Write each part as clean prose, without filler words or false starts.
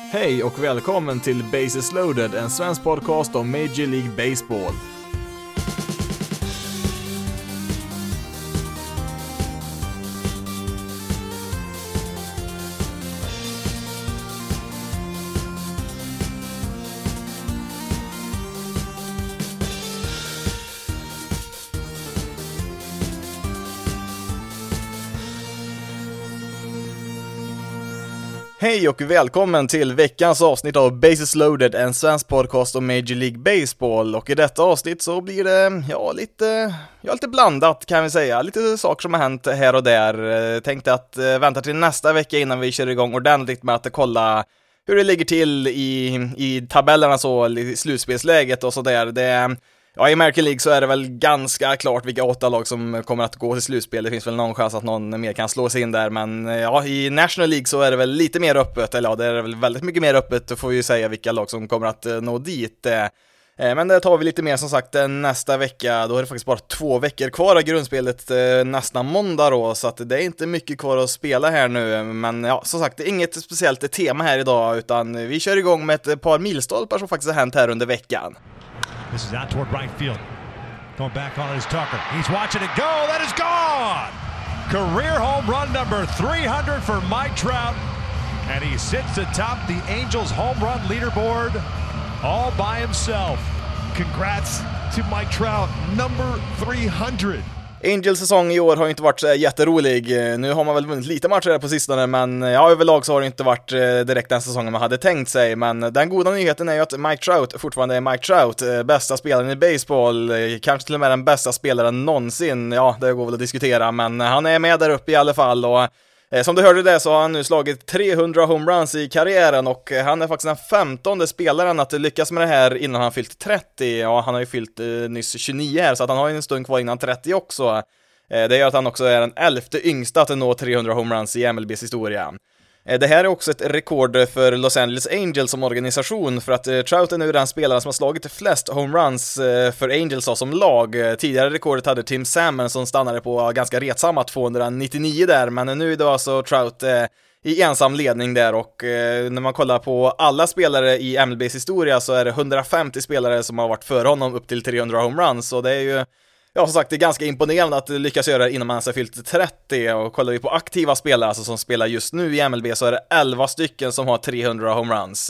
Hej och välkommen till Bases Loaded, en svensk podcast om Major League Baseball. Hej och välkommen till veckans avsnitt av Bases Loaded, en svensk podcast om Major League Baseball. Och i detta avsnitt så blir det lite blandat kan vi säga. Lite saker som har hänt här och där. Tänkte att vänta till nästa vecka innan vi kör igång ordentligt med att kolla hur det ligger till i tabellerna, så slutspelsläget och sådär. Ja, i American League så är det väl ganska klart vilka 8 lag som kommer att gå till slutspel. Det finns väl någon chans att någon mer kan slå sig in där. Men ja, i National League så är det väl lite mer öppet. Eller ja, det är väl väldigt mycket mer öppet. Då får vi ju säga vilka lag som kommer att nå dit. Men det tar vi lite mer som sagt nästa vecka. Då är det faktiskt bara 2 veckor kvar av grundspelet nästa måndag då. Så att det är inte mycket kvar att spela här nu. Men ja, som sagt, det är inget speciellt tema här idag. Utan vi kör igång med ett par milstolpar som faktiskt har hänt här under veckan. This is out toward right field. Going back on it is Tucker. He's watching it go. That is gone! Career home run number 300 for Mike Trout. And he sits atop the Angels home run leaderboard all by himself. Congrats to Mike Trout, number 300. Angels säsong i år har ju inte varit jätterolig. Nu har man väl vunnit lite matcher på sistone, men ja, överlag så har det inte varit direkt den säsongen man hade tänkt sig. Men den goda nyheten är ju att Mike Trout fortfarande är Mike Trout, bästa spelaren i baseball, kanske till och med den bästa spelaren någonsin. Ja, det går väl att diskutera, men han är med där uppe i alla fall. Och som du hörde det så har han nu slagit 300 homeruns i karriären, och han är faktiskt den 15:e spelaren att lyckas med det här innan han fyllt 30. Ja, han har ju fyllt nyss 29 här, så att han har ju en stund kvar innan 30 också. Det gör att han också är den 11:e yngsta att nå 300 homeruns i MLBs historia. Det här är också ett rekord för Los Angeles Angels som organisation, för att Trout är nu den spelaren som har slagit flest homeruns för Angels som lag. Tidigare rekordet hade Tim Salmon som stannade på ganska retsamma 299 där, men nu är det alltså Trout i ensam ledning där. Och när man kollar på alla spelare i MLBs historia så är det 150 spelare som har varit före honom upp till 300 homeruns, och det är ju, ja, som sagt, det är ganska imponerande att lyckas göra det innan man ens har fyllt 30. Och kollar vi på aktiva spelare, alltså som spelar just nu i MLB, så är det 11 stycken som har 300 homeruns.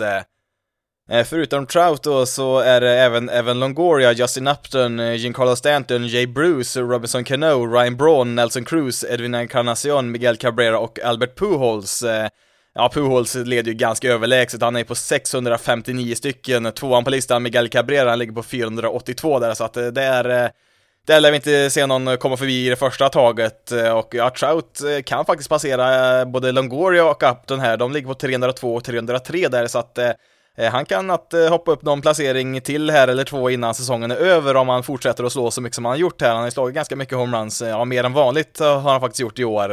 Förutom Trout då, så är det även Evan Longoria, Justin Upton, Giancarlo Stanton, Jay Bruce, Robinson Cano, Ryan Braun, Nelson Cruz, Edwin Encarnacion, Miguel Cabrera och Albert Pujols. Ja, Pujols leder ju ganska överlägset. Han är på 659 stycken. Tvåan på listan, Miguel Cabrera, han ligger på 482 där, så att det är... Där lär vi inte se någon komma förbi i det första taget. Och ja, Trout kan faktiskt passera både Longoria och Upton här. De ligger på 302 och 303 där, så att han kan att hoppa upp någon placering till här eller två innan säsongen är över, om han fortsätter att slå så mycket som han har gjort här. Han har slagit ganska mycket homeruns, ja, mer än vanligt har han faktiskt gjort i år.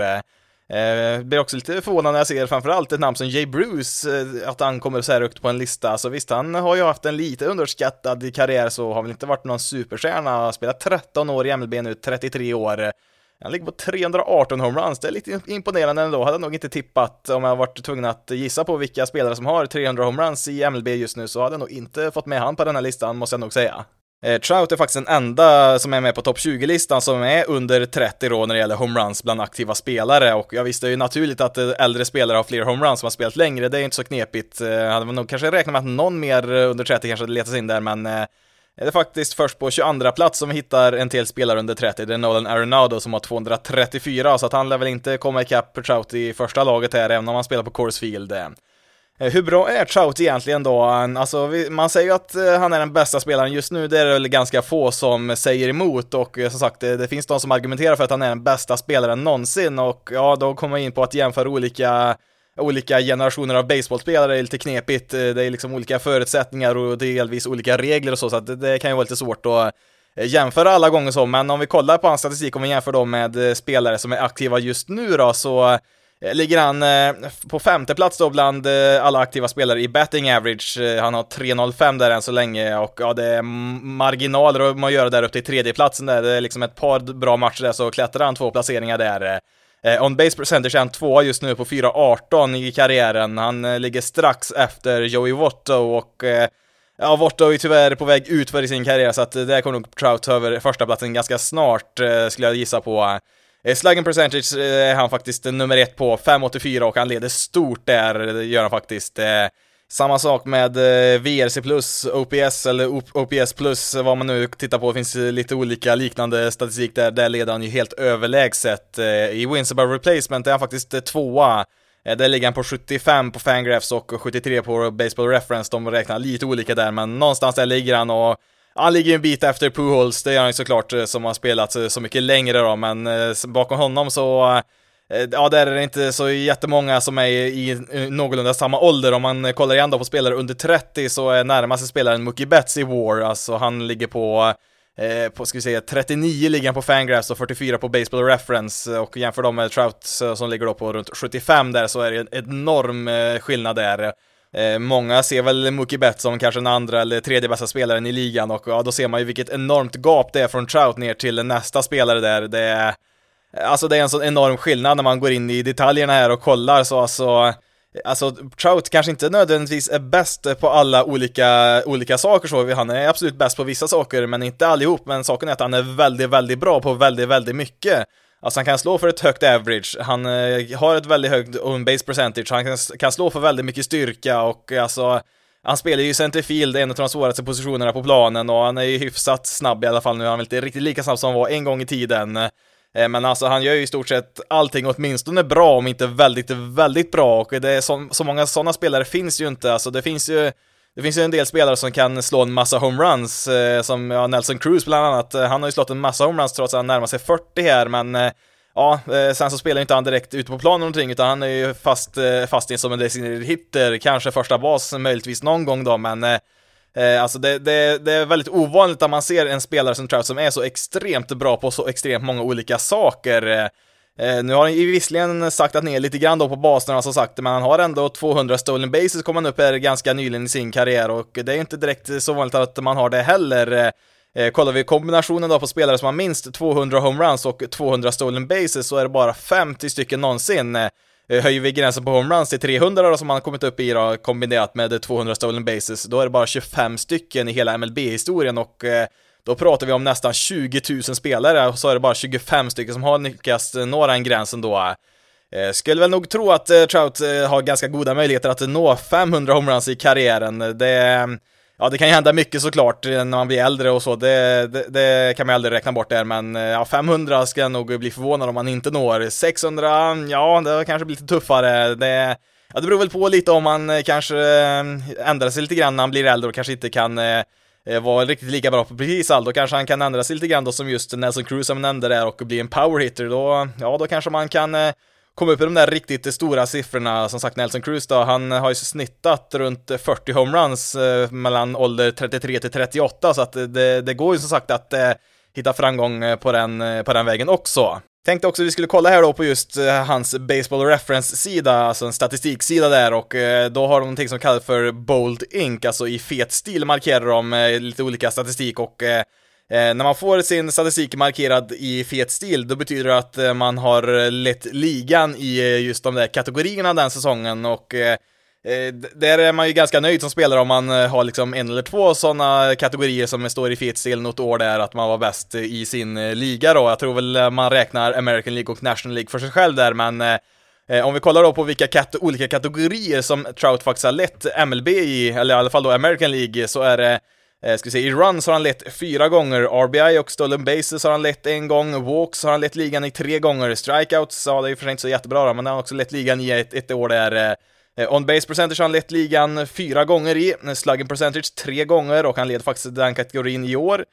Blir också lite förvånad när jag ser framförallt ett namn som Jay Bruce, att han kommer så här högt på en lista. Så visst, han har ju haft en lite underskattad karriär, så har väl inte varit någon superstjärna. Han har spelat 13 år i MLB nu, 33 år. Han ligger på 318 homeruns. Det är lite imponerande ändå. Hade jag nog inte tippat, om jag varit tvungen att gissa på vilka spelare som har 300 homeruns i MLB just nu, så hade jag nog inte fått med han på den här listan, måste jag nog säga. Trout är faktiskt den enda som är med på topp 20-listan som är under 30 då när det gäller homeruns bland aktiva spelare. Och jag visste ju naturligt att äldre spelare har fler homeruns som har spelat längre. Det är inte så knepigt. Jag hade nog kanske räknat med att någon mer under 30 kanske hade letat in där, men det är faktiskt först på 22:a plats som vi hittar en till spelare under 30. Det är Nolan Arenado som har 234, så att han lär väl inte komma ikapp Trout i första laget här, även om han spelar på Coors Field. Hur bra är Trout egentligen då? Alltså, man säger ju att han är den bästa spelaren just nu. Det är väl ganska få som säger emot. Och som sagt, det finns de som argumenterar för att han är den bästa spelaren någonsin. Och ja, då kommer man in på att jämföra olika generationer av baseballspelare. Det är lite knepigt. Det är liksom olika förutsättningar och delvis olika regler och så att det kan ju vara lite svårt att jämföra alla gånger så. Men om vi kollar på hans statistik, om vi jämför dem med spelare som är aktiva just nu då, så ligger han på 5:e plats då bland alla aktiva spelare i batting average. Han har 3,05 där än så länge, och ja, det är marginaler att göra där upp till 3:e platsen där. Det är liksom ett par bra matcher där, så klättrar han 2 placeringar där. On base percentage är han 2 just nu på 4,18 i karriären. Han ligger strax efter Joey Votto och ja, Votto är tyvärr på väg ut för i sin karriär, så att där kommer nog Trout ta över första platsen ganska snart, skulle jag gissa på. Slugging percentage är han faktiskt nummer 1 på 5,84 och han leder stort där, det gör han faktiskt. Samma sak med VRC plus, OPS eller OPS plus, vad man nu tittar på. Det finns lite olika liknande statistik där leder han ju helt överlägset. I wins above replacement är han faktiskt 2. Där ligger han på 75 på Fangraphs och 73 på Baseball Reference. De räknar lite olika där, men någonstans där ligger han, och han ligger en bit efter Pujols. Det gör han ju såklart, som har spelat så mycket längre då, men bakom honom så ja, där är det inte så jättemånga som är i någorlunda samma ålder. Om man kollar igen då på spelare under 30 så är närmaste spelaren Mookie Betts i WAR. Alltså han ligger på ska vi säga 39 ligger han på Fangraphs och 44 på Baseball Reference, och jämför dem med Trout som ligger då på runt 75 där, så är det en enorm skillnad där. Många ser väl Mookie Betts som kanske den andra eller tredje bästa spelaren i ligan, och ja, då ser man ju vilket enormt gap det är från Trout ner till nästa spelare där. Det är en sån enorm skillnad när man går in i detaljerna här och kollar. Så alltså Trout kanske inte nödvändigtvis är bäst på alla olika saker, så han är absolut bäst på vissa saker, men inte allihop. Men saken är att han är väldigt, väldigt bra på väldigt, väldigt mycket. Alltså han kan slå för ett högt average, han har ett väldigt högt on-base percentage, han kan slå för väldigt mycket styrka, och alltså han spelar ju centerfield, en av de svåraste positionerna på planen, och han är ju hyfsat snabb i alla fall nu. Han är inte riktigt lika snabb som han var en gång i tiden. Men alltså han gör ju i stort sett allting åtminstone bra, om inte väldigt, väldigt bra, och det är så många sådana spelare finns ju inte. Alltså det finns ju en del spelare som kan slå en massa homeruns, som Nelson Cruz bland annat. Han har ju slått en massa homeruns trots att han närmar sig 40 här, men ja, sen så spelar inte han direkt ute på planen någonting, utan han är ju fast in som en designated hitter, kanske första bas möjligtvis någon gång då, men alltså det är väldigt ovanligt att man ser en spelare som Trout som är så extremt bra på så extremt många olika saker. Nu har han ju visserligen saktat ner lite grann då på basen, alltså sagt, men han har ändå 200 stolen bases, kom han upp här ganska nyligen i sin karriär, och det är inte direkt så vanligt att man har det heller. Kollar vi kombinationen då på spelare som har minst 200 homeruns och 200 stolen bases, så är det bara 50 stycken någonsin. Höjer vi gränsen på homeruns till 300 då, som han har kommit upp i då, kombinerat med 200 stolen bases, då är det bara 25 stycken i hela MLB-historien, och då pratar vi om nästan 20 000 spelare, och så är det bara 25 stycken som har lyckats nå den gränsen då. Skulle väl nog tro att Trout har ganska goda möjligheter att nå 500 homeruns i karriären. Det kan ju hända mycket såklart när man blir äldre och så, det kan man aldrig räkna bort där, men 500 ska jag nog bli förvånad om man inte når. 600, ja, det kanske blir lite tuffare. Det beror väl på lite om man kanske ändrar sig lite grann när han blir äldre och kanske inte kan var riktigt lika bra på precis allt. Då kanske han kan ändra sig lite grann då, som just Nelson Cruz som nämnde där, och bli en power hitter. Då kanske man kan komma upp i de där riktigt stora siffrorna. Som sagt, Nelson Cruz då, han har ju snittat runt 40 homeruns mellan ålder 33 till 38, så att det går ju som sagt att hitta framgång på den vägen också. Tänkte också att vi skulle kolla här då på just hans Baseball Reference-sida, alltså en statistiksida där, och då har de någonting som kallas för Bold Ink, alltså i fet stil markerar de lite olika statistik, och när man får sin statistik markerad i fet stil, då betyder det att man har lett ligan i just de där kategorierna den säsongen, och där är man ju ganska nöjd som spelare om man har liksom en eller två sådana kategorier som står i fet stil något år där, att man var bäst i sin liga då. Jag tror väl man räknar American League och National League för sig själv där, men om vi kollar då på vilka olika kategorier som Trout faktiskt har lett MLB i, eller i alla fall då American League, så är det ska vi se, i runs har han lett 4 gånger, RBI och stolen bases har han lett 1 gång, walks har han lett ligan i 3 gånger, strikeouts, ja det är ju för sig inte så jättebra då, men han har också lett ligan i ett år där. On base percentage har han lett ligan 4 gånger i, slugging percentage 3 gånger, och han leder faktiskt den kategorin i år.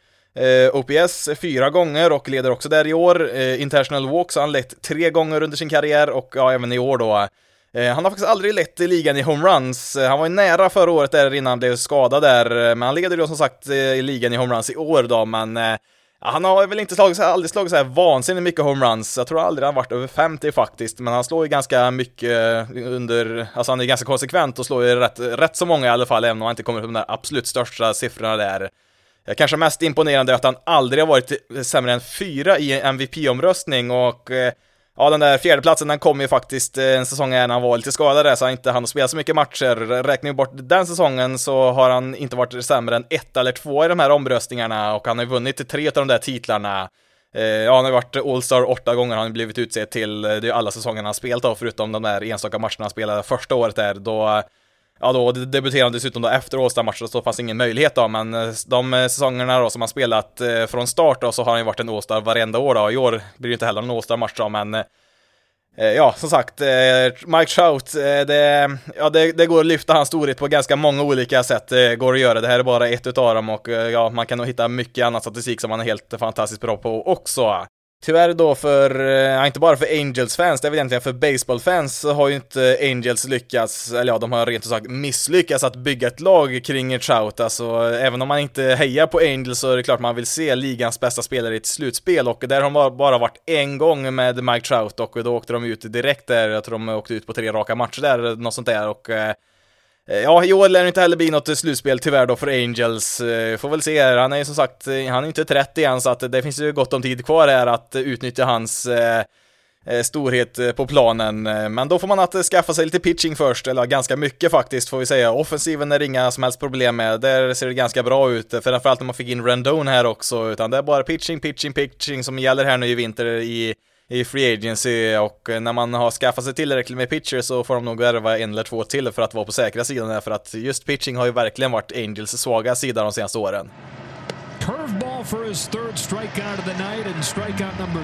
OPS 4 gånger och leder också där i år. Intentional walks har han lett 3 gånger under sin karriär, och ja, även i år då. Han har faktiskt aldrig lett i ligan i homeruns. Han var ju nära förra året där innan han blev skadad där, men han leder ju som sagt i ligan i homeruns i år då, men han har väl inte aldrig slagit så här vansinnigt mycket homeruns. Jag tror aldrig han varit över 50 faktiskt, men han slår ju ganska mycket alltså han är ganska konsekvent och slår ju rätt så många i alla fall, även om han inte kommer på de där absolut största siffrorna där. Kanske mest imponerande är att han aldrig har varit sämre än 4 i en MVP-omröstning, och ja, den där fjärdeplatsen, den kom ju faktiskt en säsong när han var lite skadad där, så han inte hann spela så mycket matcher. Räknar vi bort den säsongen så har han inte varit sämre än 1 eller 2 i de här omröstningarna, och han har vunnit 3 av de där titlarna. Ja, han har varit All-Star 8 gånger, han har blivit utsedd till, det är ju alla säsongerna han spelat av, förutom de där enstaka matcherna han spelade första året där, då debuterade han dessutom då efter All-Star-matchen, så fanns ingen möjlighet då, men de säsongerna då som han spelat från start då, så har han ju varit en All-Star varenda år då. I år blir det inte heller någon All-Star-match då, men ja, som sagt, Mike Trout, det går att lyfta hans storhet på ganska många olika sätt. Det går att göra, det här är bara ett utav dem, och ja, man kan nog hitta mycket annan statistik som han är helt fantastiskt bra på också. Tyvärr då inte bara för Angels-fans, det är väl egentligen för baseball-fans, så har ju inte Angels lyckats, eller ja, de har rent sagt misslyckats att bygga ett lag kring Trout. Alltså, även om man inte hejar på Angels så är det klart man vill se ligans bästa spelare i ett slutspel, och där har de bara varit en gång med Mike Trout, och då åkte de ut direkt där. Jag tror de åkte ut på 3 raka matcher där, något sånt där, och ja, i år lär det inte heller bli något slutspel tyvärr då för Angels. Får väl se här. Han är ju som sagt, han är inte 30 än, så att det finns ju gott om tid kvar här att utnyttja hans storhet på planen. Men då får man att skaffa sig lite pitching först, eller ganska mycket faktiskt får vi säga. Offensiven är det inga som helst problem med. Där ser det ganska bra ut, för framförallt när man fick in Rendon här också, utan det är bara pitching som gäller här nu i vinter i free agency, och när man har skaffat sig tillräckligt med pitchers så får de nog värva 1 eller 2 till för att vara på säkra sidan där, för att just pitching har ju verkligen varit Angels svaga sida de senaste åren. Curveball for his third strikeout of the night, and strikeout number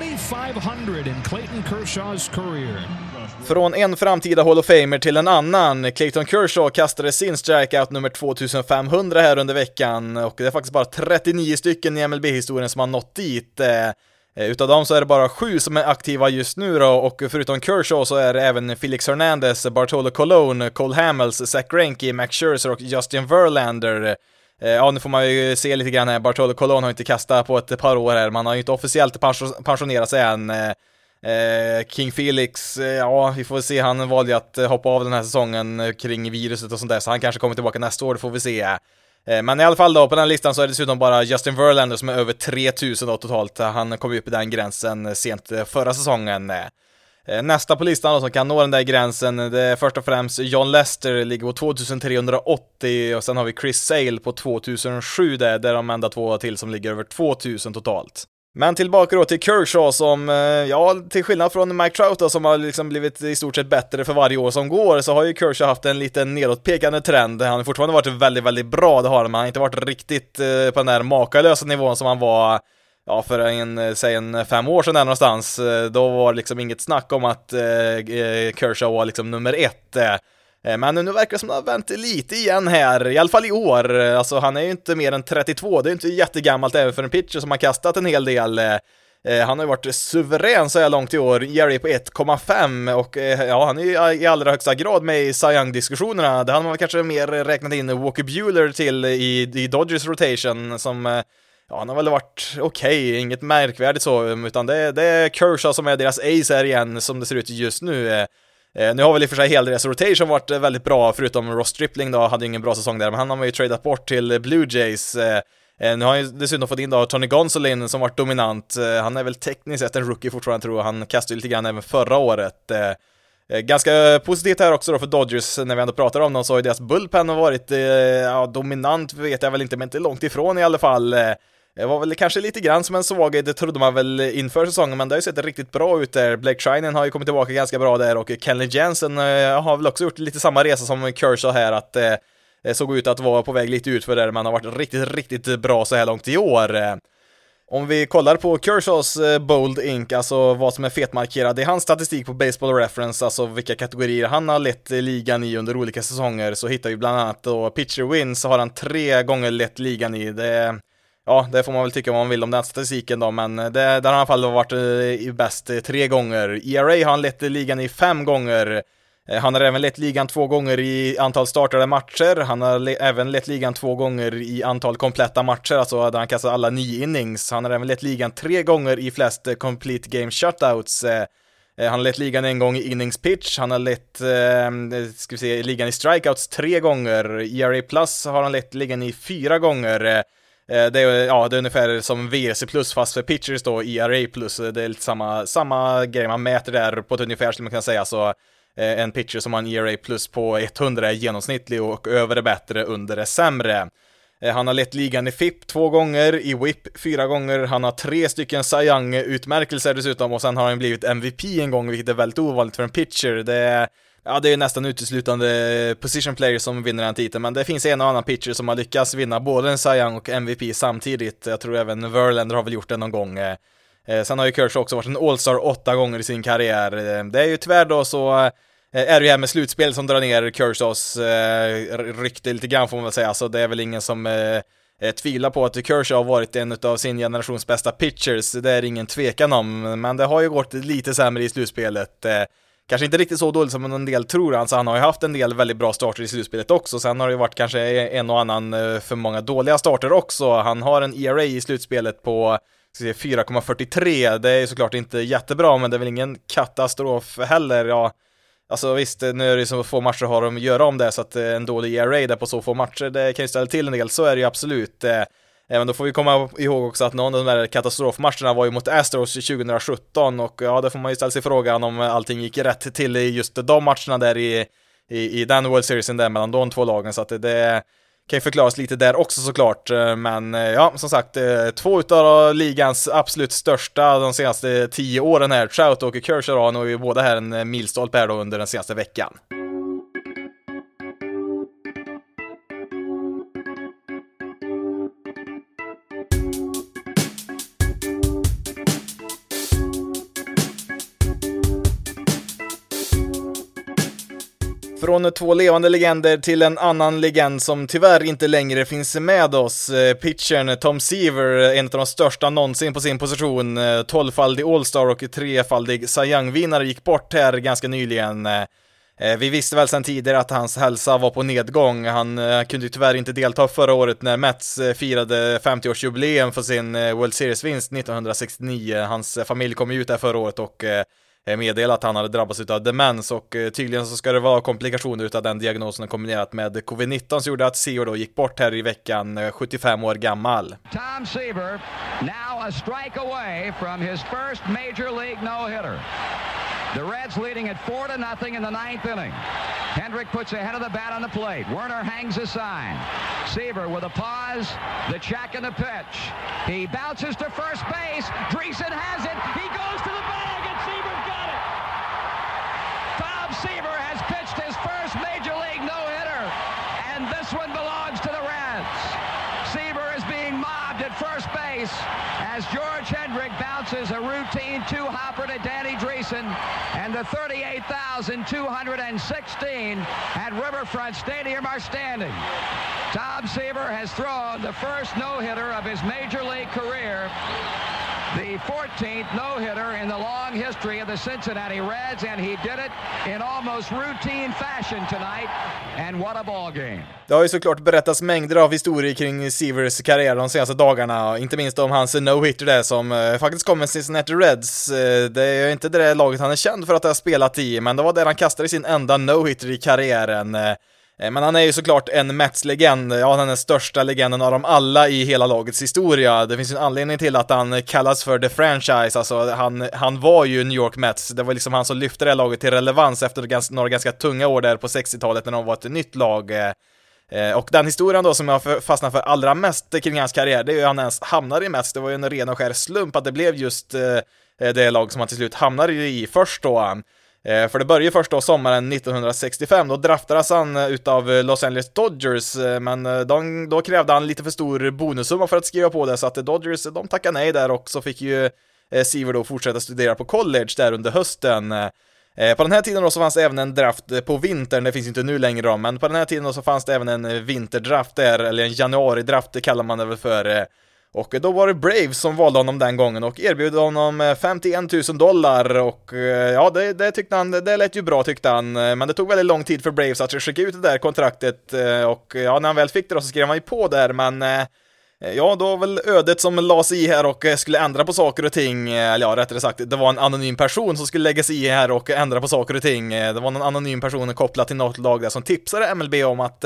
2500 in Clayton Kershaw's career. Från en framtida Hall of Famer till en annan. Clayton Kershaw kastade sin strikeout nummer 2500 här under veckan, och det är faktiskt bara 39 stycken i MLB-historien som har nått dit. Utav dem så är det bara 7 som är aktiva just nu då, och förutom Kershaw så är det även Felix Hernandez, Bartolo Colon, Cole Hamels, Zach Greinke, Max Scherzer och Justin Verlander. Ja, nu får man ju se lite grann här. Bartolo Colon har inte kastat på ett par år här, man har ju inte officiellt pensionerat sig än. King Felix, ja, vi får se, han valde att hoppa av den här säsongen kring viruset och sånt där, så han kanske kommer tillbaka nästa år, det får vi se. Men i alla fall då, på den här listan så är det dessutom bara Justin Verlander som är över 3000 då totalt. Han kom upp i den gränsen sent förra säsongen. Nästa på listan då, som kan nå den där gränsen, det är först och främst John Lester, ligger på 2380, och sen har vi Chris Sale på 2007 där, det är de enda 2 till som ligger över 2000 totalt. Men tillbaka då till Kershaw som, ja, till skillnad från Mike Trout då, som har liksom blivit i stort sett bättre för varje år som går, så har ju Kershaw haft en liten nedåtpekande trend. Han har fortfarande varit väldigt, väldigt bra, det har han, men han har inte varit riktigt på den där makalösa nivån som han var, ja, för säg 5 år sedan där någonstans. Då var det liksom inget snack om att Kershaw var liksom nummer 1. Men nu verkar det som att han har vänt lite igen här, i alla fall i år. Alltså han är ju inte mer än 32, det är inte jättegammalt även för en pitcher som har kastat en hel del. Han har ju varit suverän så här långt i år, ERA på 1,5, och ja, han är ju i allra högsta grad med i Cy Young-diskussionerna. Det hade man kanske mer räknat in Walker Buehler till i Dodgers rotation, som ja, han har väl varit okej, inget märkvärdigt så, utan det är Kershaw som är deras ace här igen, som det ser ut just nu. Nu har väl i och för sig hela deras rotation varit väldigt bra, förutom Ross Stripling då, hade ju ingen bra säsong där, men han har ju tradat bort till Blue Jays. Nu har han ju dessutom fått in då Tony Gonsolin som varit dominant. Han är väl tekniskt sett en rookie fortfarande, tror jag. Han kastade lite grann även förra året. Ganska positivt här också då för Dodgers, när vi ändå pratar om dem, så har ju deras bullpen har varit dominant, vet jag väl inte, men inte långt ifrån i alla fall. Det var väl kanske lite grann som en svaghet, det trodde man väl inför säsongen, men det har ju sett riktigt bra ut där. Blake Treinen har ju kommit tillbaka ganska bra där, och Kenley Jansen har väl också gjort lite samma resa som Kershaw här, att det såg ut att vara på väg lite ut för det, men har varit riktigt, riktigt bra så här långt i år. Om vi kollar på Kershaws Bold Inc, alltså vad som är fetmarkerad, det är hans statistik på Baseball Reference, alltså vilka kategorier han har lett ligan i under olika säsonger, så hittar vi bland annat då pitcher wins, så har han 3 gånger lett ligan i. Ja, det får man väl tycka vad man vill om den statistiken då, men där har han i alla fall varit bäst 3 gånger. ERA har han lett ligan i 5 gånger. Han har även lett ligan 2 gånger i antal startade matcher. Han har även lett ligan 2 gånger i antal kompletta matcher, alltså där han kastar alla 9 innings. Han har även lett ligan 3 gånger i flest complete game shutouts. Han har lett ligan 1 gång i innings pitch. Han har lett ligan i strikeouts 3 gånger. ERA plus har han lett ligan i 4 gånger. Det är ungefär som VRC plus fast för pitchers då, ERA plus. Det är lite samma grej man mäter där på ett ungefär, skulle man kunna säga. Så en pitcher som har en ERA plus på 100 är genomsnittlig och över är bättre, under är sämre. Han har lett ligan i FIP 2 gånger, i WHIP 4 gånger, han har 3 stycken Cy Young-utmärkelser dessutom, och sen har han blivit MVP en gång, vilket är väldigt ovanligt för en pitcher. Det är nästan uteslutande position players som vinner den titeln, men det finns en och annan pitcher som har lyckats vinna både en Cy Young och MVP samtidigt. Jag tror även Verlander har väl gjort det någon gång. Sen har ju Kershaw också varit en All-Star 8 gånger i sin karriär. Det är ju tyvärr då så är det ju här med slutspel som drar ner Kershaws rykte lite grann, får man väl säga. Så det är väl ingen som tvivlar på att Kershaw har varit en av sin generations bästa pitchers. Det är ingen tvekan om, men det har ju gått lite sämre i slutspelet. Kanske inte riktigt så dåligt som en del tror, alltså han har ju haft en del väldigt bra starter i slutspelet också. Sen har det ju varit kanske en och annan för många dåliga starter också. Han har en ERA i slutspelet på 4,43. Det är ju såklart inte jättebra, men det är väl ingen katastrof heller. Ja, alltså visst, nu är det så få matcher har de att göra om det, så att en dålig ERA där på så få matcher, det kan ju ställa till en del, så är det ju absolut. Men då får vi komma ihåg också att någon av de där katastrofmatcherna var ju mot Astros 2017, och ja, då får man ju ställa sig frågan om allting gick rätt till i just de matcherna där i den World Serien där mellan de två lagen, så att det kan ju förklaras lite där också såklart. Men ja, som sagt, 2 utav ligans absolut största de senaste 10 åren här, Trout och Kershaw, har nog ju båda här en milstolpe här då under den senaste veckan. Från 2 levande legender till en annan legend som tyvärr inte längre finns med oss. Pitchern Tom Seaver, en av de största någonsin på sin position, 12-faldig All-Star och 3-faldig Cy Young-vinnare, gick bort här ganska nyligen. Vi visste väl sedan tidigare att hans hälsa var på nedgång. Han kunde ju tyvärr inte delta förra året när Mets firade 50-årsjubileum för sin World Series-vinst 1969. Hans familj kom ut där förra året och meddelade att han hade drabbats av demens, och tydligen så ska det vara komplikationer utav den diagnosen kombinerat med covid-19 som gjorde att Seaver då gick bort här i veckan, 75 år gammal. Tom Seaver now a strike away from his first major league no-hitter. The Reds leading at 4-0 in the 9th inning. Hendrick puts a head of the bat on the plate. Werner hangs a sign. Seaver with a pause, the check and the pitch. He bounces to first base. Dreesen has it. He goes to the bag, and Seaver's got it. Tom Seaver has pitched his first major league no-hitter, and this one belongs to the Reds. Seaver is being mobbed at first base as George Hendrick bounces a routine 2-hopper to Danny Dreesen, and the 38,216 at Riverfront Stadium are standing. Tom Seaver has thrown the first no-hitter of his major league career, the 14th no-hitter in the long history of the Cincinnati Reds, and he did it in almost routine fashion tonight, and what a ball game. Det har ju såklart berättats mängder av historier kring Seavers karriär de senaste dagarna, inte minst om hans no-hitter där som faktiskt kom med Cincinnati Reds. Det är ju inte det där laget han är känd för att ha spelat i, men det var där han kastade sin enda no-hitter i karriären. Men han är ju såklart en Mets-legend. Ja, han är den största legenden av dem alla i hela lagets historia. Det finns ju en anledning till att han kallas för The Franchise. Alltså, han var ju New York Mets. Det var liksom han som lyfte det här laget till relevans efter några ganska tunga år där på 60-talet när de var ett nytt lag. Och den historien då som jag fastnade för allra mest kring hans karriär, det är ju han ens hamnade i Mets. Det var ju en ren och skär slump att det blev just det lag som han till slut hamnade i först då. För det började först då sommaren 1965, då draftades han utav Los Angeles Dodgers, men då krävde han lite för stor bonussumma för att skriva på det, så att Dodgers, de tackade nej där, och så fick ju Seaver då fortsätta studera på college där under hösten. På den här tiden då så fanns det även en draft på vintern, det finns inte nu längre då, men på den här tiden då så fanns det även en vinterdraft där, eller en januari-draft, det kallar man det väl för. Och då var det Braves som valde honom den gången och erbjöd honom $51,000, och ja, det tyckte han, det lät ju bra tyckte han, men det tog väldigt lång tid för Braves att skicka ut det där kontraktet, och ja, när han väl fick det då så skrev han ju på där, men ja, då var väl ödet som la sig i här och skulle ändra på saker och ting, eller ja, rättare sagt, det var en anonym person som skulle lägga sig i här och ändra på saker och ting. Det var någon anonym person kopplad till något lag där som tipsade MLB om att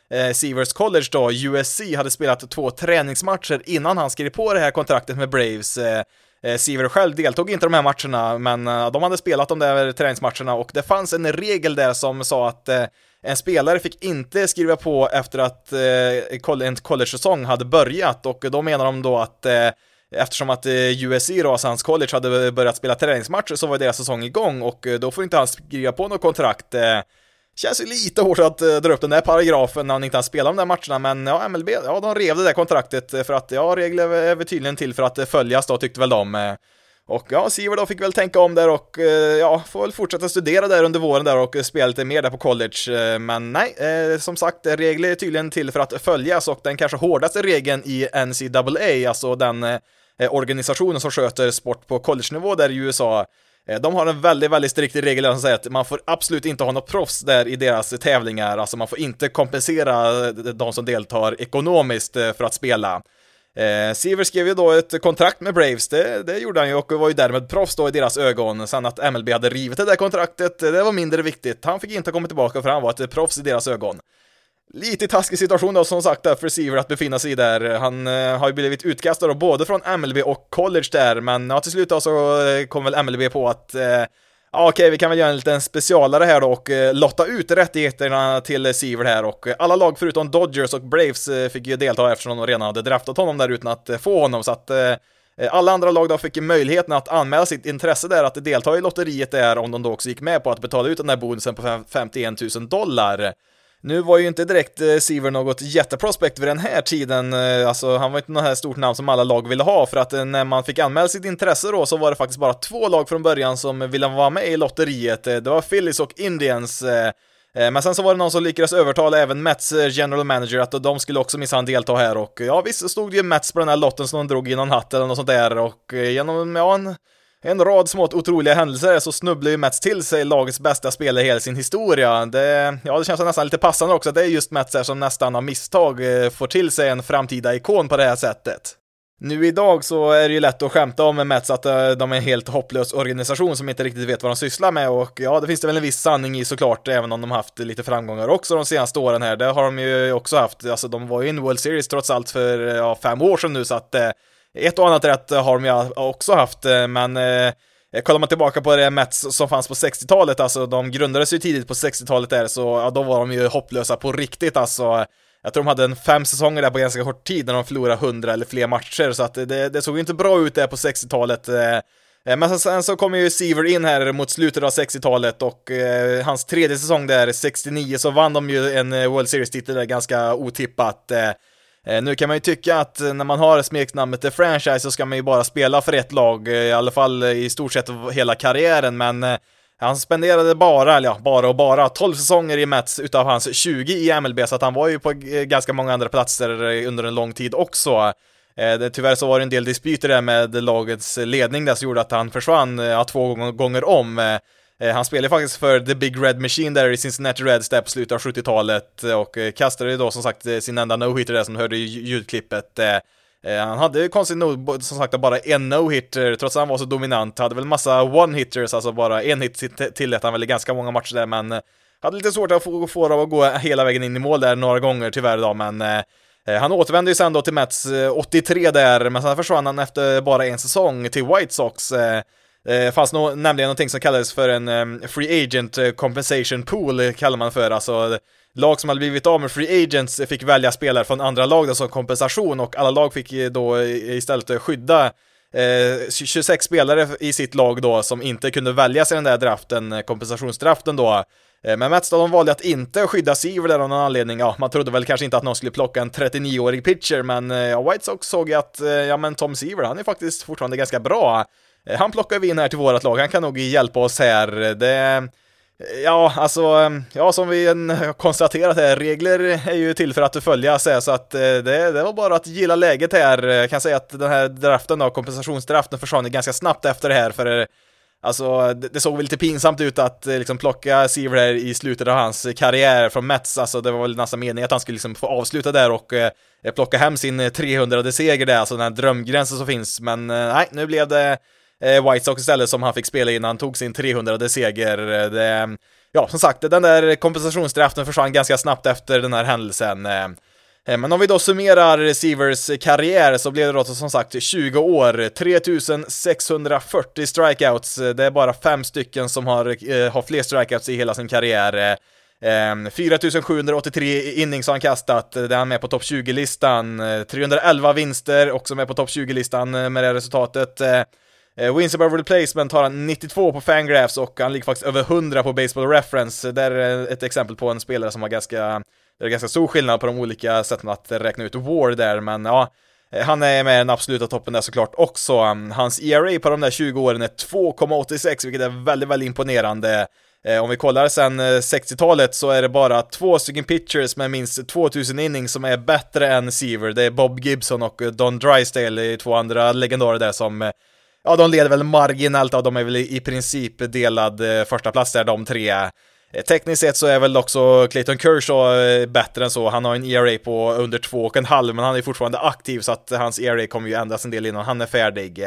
Seavers College då, USC, hade spelat 2 träningsmatcher innan han skrev på det här kontraktet med Braves. Seaver själv deltog inte i de här matcherna, men de hade spelat de där träningsmatcherna, och det fanns en regel där som sa att en spelare fick inte skriva på efter att en college-säsong hade börjat, och då menar de då att eftersom att USC då, alltså hans college, hade börjat spela träningsmatcher, så var deras säsong igång, och då får inte han skriva på något kontrakt. Känns ju lite hårt att dra upp den där paragrafen när han inte har spelat de där matcherna, men ja, MLB, ja, de rev det där kontraktet för att, ja, regler är väl tydligen till för att följas då, tyckte väl de. Och ja, Seaver då fick väl tänka om där och ja, får väl fortsätta studera där under våren där och spela lite mer där på college. Men nej, som sagt, regler är tydligen till för att följas, och den kanske hårdaste regeln i NCAA, alltså den organisationen som sköter sport på college-nivå där i USA, de har en väldigt, väldigt strikt regel som säger att man får absolut inte ha något proffs där i deras tävlingar, alltså man får inte kompensera de som deltar ekonomiskt för att spela. Seaver skrev ju då ett kontrakt med Braves, det gjorde han ju, och var ju därmed proffs då i deras ögon. Sen att MLB hade rivit det där kontraktet, det var mindre viktigt. Han fick inte komma tillbaka för han var ett proffs i deras ögon. Lite taskig situation då, som sagt, där för Seaver att befinna sig där. Han har ju blivit utkastad då, både från MLB och college där, men ja, till slut då så kom väl MLB på att okej, vi kan väl göra en liten specialare här då och lotta ut rättigheterna till Seaver här, och alla lag förutom Dodgers och Braves fick ju delta eftersom de redan hade draftat honom där utan att få honom, så att alla andra lag då fick möjligheten att anmäla sitt intresse där att delta i lotteriet där, om de då också gick med på att betala ut den där bonusen på $51,000. Nu var ju inte direkt Seaver något jätteprospekt vid den här tiden, alltså han var inte något här stort namn som alla lag ville ha, för att när man fick anmäla sitt intresse då så var det faktiskt bara 2 lag från början som ville vara med i lotteriet. Det var Phillies och Indians, men sen så var det någon som lyckades övertala även Mets general manager att de skulle också minsann delta här, och ja, visst stod det ju Mets på den här lotten som de drog i någon hatt eller något sånt där, och genom en rad smått otroliga händelser så snubblar ju Mets till sig lagets bästa spelare i hela sin historia. Det känns nästan lite passande också att det är just Mets här som nästan av misstag får till sig en framtida ikon på det här sättet. Nu idag så är det ju lätt att skämta om Mets att de är en helt hopplös organisation som inte riktigt vet vad de sysslar med, och ja, det finns det väl en viss sanning i såklart, även om de har haft lite framgångar också de senaste åren här. Det har de ju också haft, alltså de var ju i en World Series trots allt för 5 år sedan nu, så att ett och annat rätt har de ju också haft, men kollar man tillbaka på det Mets som fanns på 60-talet, alltså de grundades ju tidigt på 60-talet där, så ja, då var de ju hopplösa på riktigt, alltså. Jag tror de hade 5 säsonger där på ganska kort tid när de förlorade 100 eller fler matcher, så att det såg ju inte bra ut där på 60-talet. Men sen så kom ju Seaver in här mot slutet av 60-talet, och hans 3:e säsong där, 69, så vann de ju en World Series-titel där ganska otippat. Nu kan man ju tycka att när man har smeknamnet The Franchise så ska man ju bara spela för ett lag, i alla fall i stort sett hela karriären, men han spenderade bara 12 säsonger i Mets utav hans 20 i MLB, så att han var ju på ganska många andra platser under en lång tid också. Tyvärr så var det en del dispyter där med lagets ledning där som gjorde att han försvann 2 gånger om. Han spelade faktiskt för The Big Red Machine där i Cincinnati Reds där på slutet av 70-talet, och kastade då som sagt sin enda no-hitter där som hörde i ljudklippet. Han hade konstigt nog som sagt bara en no-hitter trots att han var så dominant. Hade väl massa one-hitters, alltså bara en hit tillät han väl i ganska många matcher där, men hade lite svårt att få dem att gå hela vägen in i mål där några gånger tyvärr då, men han återvände ju sen då till Mets 83 där, men sen försvann han efter bara en säsong till White Sox. Fanns nämligen någonting som kallades för en free agent compensation pool, kallar man för, alltså lag som hade blivit av med free agents fick välja spelare från andra lag där som kompensation, och alla lag fick då istället skydda 26 spelare i sitt lag då som inte kunde välja sig den där draften, kompensationsdraften då. Men Mets då, de valde att inte skydda Seaver där av någon anledning. Ja, man trodde väl kanske inte att någon skulle plocka en 39-årig pitcher, men White Sox såg att men Tom Seaver, han är faktiskt fortfarande ganska bra. Han plockar vi in här till vårat lag, han kan nog hjälpa oss här. Som vi konstaterat här, regler är ju till för att följas, så att det var bara att gilla läget här. Jag kan säga att den här draften då, kompensationsdraften, försvann ganska snabbt efter det här, för alltså, det såg väl lite pinsamt ut att liksom plocka Seaver här i slutet av hans karriär från Mets. Alltså, det var väl nästan meningen att han skulle liksom få avsluta där och plocka hem sin 300:e seger där, alltså den här drömgränsen som finns. Men nej, nu blev det White Sox istället som han fick spela innan han tog sin 300:e seger. ja, som sagt, den där kompensationsdraften försvann ganska snabbt efter den här händelsen. Men om vi då summerar Seavers karriär så blev det då som sagt 20 år, 3640 strikeouts. Det är bara 5 stycken som har fler strikeouts i hela sin karriär. 4783 innings har han kastat, det är han med på topp 20-listan. 311 vinster, också med på topp 20-listan med det resultatet. Wins above replacement har han 92 på Fangraphs och han ligger faktiskt över 100 på Baseball Reference. Det är ett exempel på en spelare som har det är ganska stor skillnad på de olika sätten att räkna ut WAR där, men ja, han är med i den absoluta toppen där såklart också. Hans ERA på de där 20 åren är 2,86, vilket är väldigt, väldigt imponerande. Om vi kollar sen 60-talet så är det bara 2 stycken pitchers med minst 2000 innings som är bättre än Seaver. Det är Bob Gibson och Don Drysdale, 2 andra legendarer där som, ja, de leder väl marginellt av, de är väl i princip delad första plats där, de 3. Tekniskt sett så är väl också Clayton Kershaw bättre än så. Han har en ERA på under 2,5, men han är fortfarande aktiv, så att hans ERA kommer ju ändras en del innan han är färdig.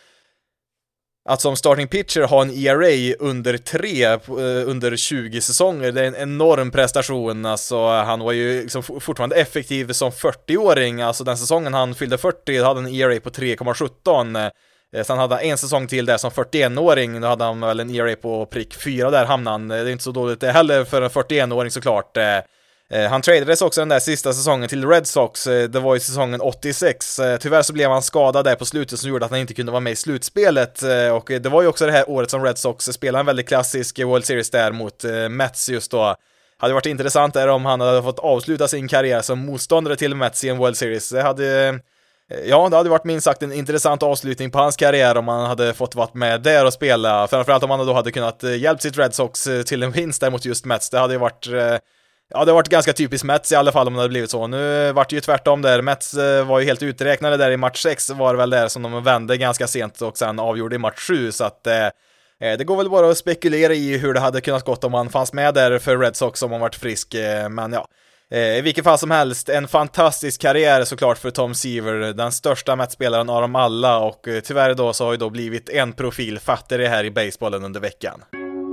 Att som starting pitcher ha en ERA under 3 under 20 säsonger, det är en enorm prestation. Alltså, han var ju liksom fortfarande effektiv som 40-åring. Alltså den säsongen han fyllde 40 hade han en ERA på 3,17. Sen hade han en säsong till där som 41-åring. Då hade han väl en ERA på prick 4 där hamnade han. Det är inte så dåligt det heller för en 41-åring såklart. Han tradades också den där sista säsongen till Red Sox. Det var ju säsongen 86. Tyvärr så blev han skadad där på slutet som gjorde att han inte kunde vara med i slutspelet. Och det var ju också det här året som Red Sox spelade en väldigt klassisk World Series där mot Mets just då. Hade varit intressant där om han hade fått avsluta sin karriär som motståndare till Mets i en World Series. Det hade varit minst sagt en intressant avslutning på hans karriär om han hade fått vara med där och spela. Framförallt om han då hade kunnat hjälpt sitt Red Sox till en vinst där mot just Mets. Det hade ju varit... Ja, det har varit ganska typiskt Mets i alla fall om det hade blivit så. Nu vart det ju tvärtom där. Mets var ju helt uträknade där i match 6, var det väl där som de vände ganska sent och sen avgjorde i match 7. Så att det går väl bara att spekulera i hur det hade kunnat gått om han fanns med där för Red Sox om han varit frisk. Men ja, i vilket fall som helst, en fantastisk karriär såklart för Tom Seaver, den största Mets-spelaren av dem alla. Och tyvärr då så har ju då blivit en profil fattigare här i basebollen under veckan.